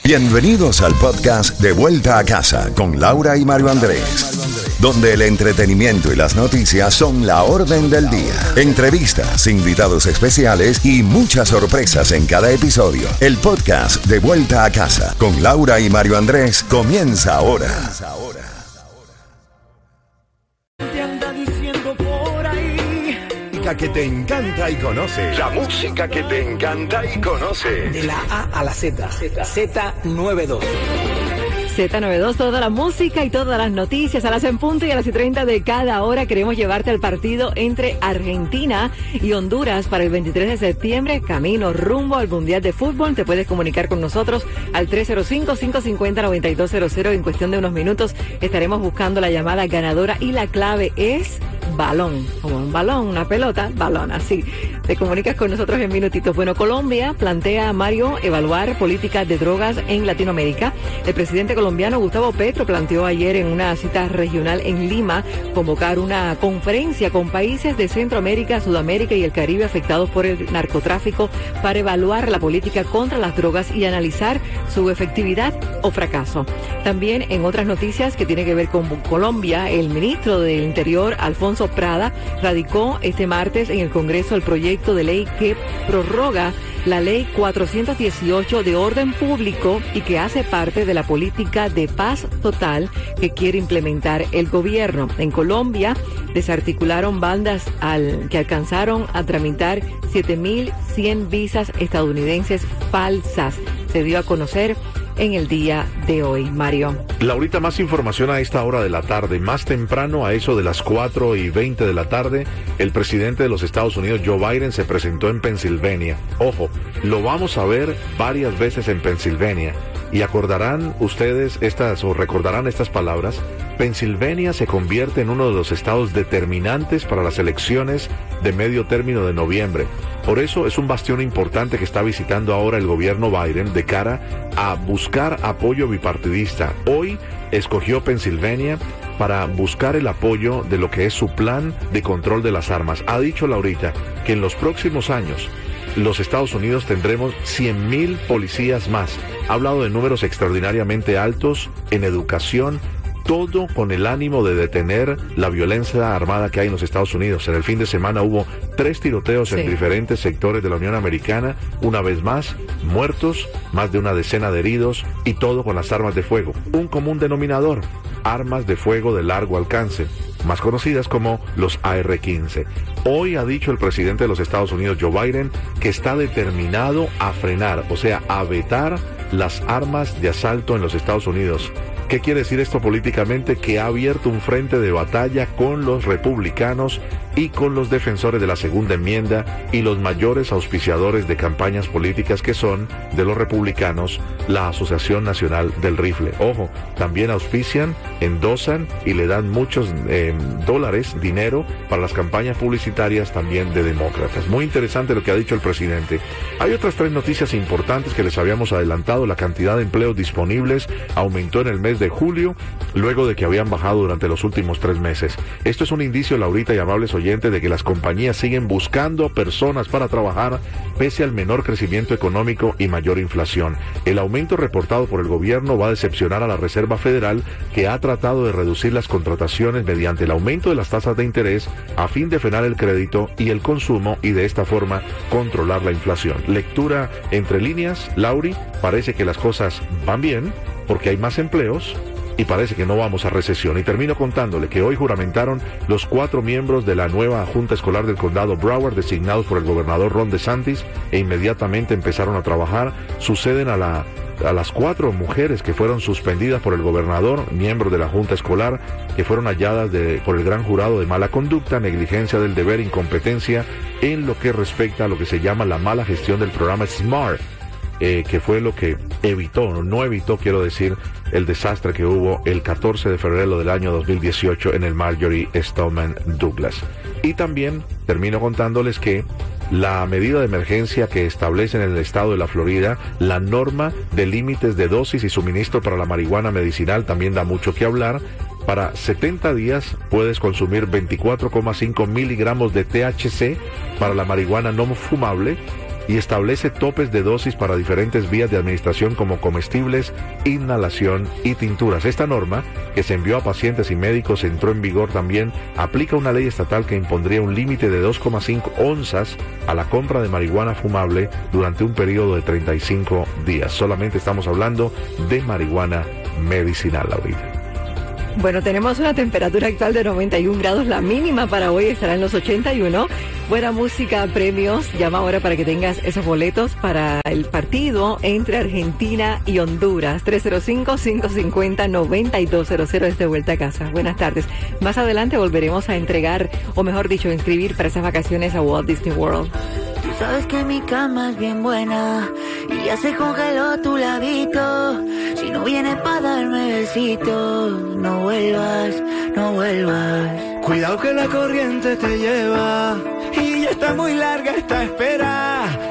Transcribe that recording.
Bienvenidos al podcast De Vuelta a Casa con Laura y Mario Andrés, donde el entretenimiento y las noticias son la orden del día. Entrevistas, invitados especiales y muchas sorpresas en cada episodio. El podcast De Vuelta a Casa con Laura y Mario Andrés comienza ahora. Que te encanta y conoce. La música que te encanta y conoce. De la A a la Z. Z92. Z92, toda la música y todas las noticias a las en punto y a las 30 de cada hora. Queremos llevarte al partido entre Argentina y Honduras para el 23 de septiembre, camino rumbo al Mundial de Fútbol. Te puedes comunicar con nosotros al 305-550-9200. En cuestión de unos minutos estaremos buscando la llamada ganadora y la clave es balón, como un balón, una pelota, balón, así. Te comunicas con nosotros en minutitos. Bueno, Colombia plantea, Mario, evaluar políticas de drogas en Latinoamérica. El presidente colombiano Gustavo Petro planteó ayer en una cita regional en Lima convocar una conferencia con países de Centroamérica, Sudamérica y el Caribe afectados por el narcotráfico para evaluar la política contra las drogas y analizar su efectividad o fracaso. También en otras noticias que tienen que ver con Colombia, el ministro del Interior, Alfonso Prada, radicó este martes en el Congreso el proyecto de ley que prorroga la ley 418 de orden público y que hace parte de la política de paz total que quiere implementar el gobierno. En Colombia desarticularon bandas que alcanzaron a tramitar 7.100 visas estadounidenses falsas. Se dio a conocer en el día de hoy, Mario. Laurita, más información a esta hora de la tarde. Más temprano, a eso de las 4:20 de la tarde, el presidente de los Estados Unidos, Joe Biden, se presentó en Pensilvania. Ojo, lo vamos a ver varias veces en Pensilvania. Y acordarán ustedes recordarán estas palabras. Pensilvania se convierte en uno de los estados determinantes para las elecciones de medio término de noviembre. Por eso es un bastión importante que está visitando ahora el gobierno Biden de cara a buscar apoyo bipartidista. Hoy escogió Pensilvania para buscar el apoyo de lo que es su plan de control de las armas. Ha dicho Laurita que en los próximos años los Estados Unidos tendremos 100,000 policías más. Ha hablado de números extraordinariamente altos en educación, todo con el ánimo de detener la violencia armada que hay en los Estados Unidos. En el fin de semana hubo 3 tiroteos en diferentes sectores de la Unión Americana. Una vez más, muertos, más de una decena de heridos y todo con las armas de fuego. Un común denominador, armas de fuego de largo alcance, más conocidas como los AR-15. Hoy ha dicho el presidente de los Estados Unidos, Joe Biden, que está determinado a frenar, o sea, a vetar las armas de asalto en los Estados Unidos. ¿Qué quiere decir esto políticamente? Que ha abierto un frente de batalla con los republicanos y con los defensores de la segunda enmienda y los mayores auspiciadores de campañas políticas que son, de los republicanos, la Asociación Nacional del Rifle. Ojo, también auspician, endosan y le dan muchos dólares, dinero, para las campañas publicitarias también de demócratas. Muy interesante lo que ha dicho el presidente. Hay otras 3 noticias importantes que les habíamos adelantado. La cantidad de empleos disponibles aumentó en el mes de julio, luego de que habían bajado durante los últimos 3 meses. Esto es un indicio, Laurita y amables oyentes, de que las compañías siguen buscando personas para trabajar pese al menor crecimiento económico y mayor inflación. El aumento reportado por el gobierno va a decepcionar a la Reserva Federal, que ha tratado de reducir las contrataciones mediante el aumento de las tasas de interés a fin de frenar el crédito y el consumo y de esta forma controlar la inflación. Lectura entre líneas, Lauri, parece que las cosas van bien porque hay más empleos y parece que no vamos a recesión. Y termino contándole que hoy juramentaron los 4 miembros de la nueva Junta Escolar del Condado Broward, designados por el gobernador Ron DeSantis, e inmediatamente empezaron a trabajar. Suceden a las 4 mujeres que fueron suspendidas por el gobernador, miembros de la Junta Escolar, que fueron halladas por el gran jurado de mala conducta, negligencia del deber, incompetencia en lo que respecta a lo que se llama la mala gestión del programa SMART, que fue lo que no evitó, quiero decir, el desastre que hubo el 14 de febrero del año 2018 en el Marjory Stoneman Douglas. Y también termino contándoles que la medida de emergencia que establece en el estado de la Florida, la norma de límites de dosis y suministro para la marihuana medicinal, también da mucho que hablar. Para 70 días puedes consumir 24,5 miligramos de THC para la marihuana no fumable y establece topes de dosis para diferentes vías de administración como comestibles, inhalación y tinturas. Esta norma, que se envió a pacientes y médicos, entró en vigor también, aplica una ley estatal que impondría un límite de 2,5 onzas a la compra de marihuana fumable durante un periodo de 35 días. Solamente estamos hablando de marihuana medicinal, Laurita. Bueno, tenemos una temperatura actual de 91 grados, la mínima para hoy estará en los 81. Buena música, premios. Llama ahora para que tengas esos boletos para el partido entre Argentina y Honduras. 305-550-9200 es de vuelta a casa. Buenas tardes. Más adelante volveremos a entregar, o mejor dicho, inscribir para esas vacaciones a Walt Disney World. Tú sabes que mi cama es bien buena y ya se congeló tu labito. Si no vienes para darme besitos, no vuelvas, no vuelvas. Cuidado que la corriente te lleva y ya está muy larga esta espera.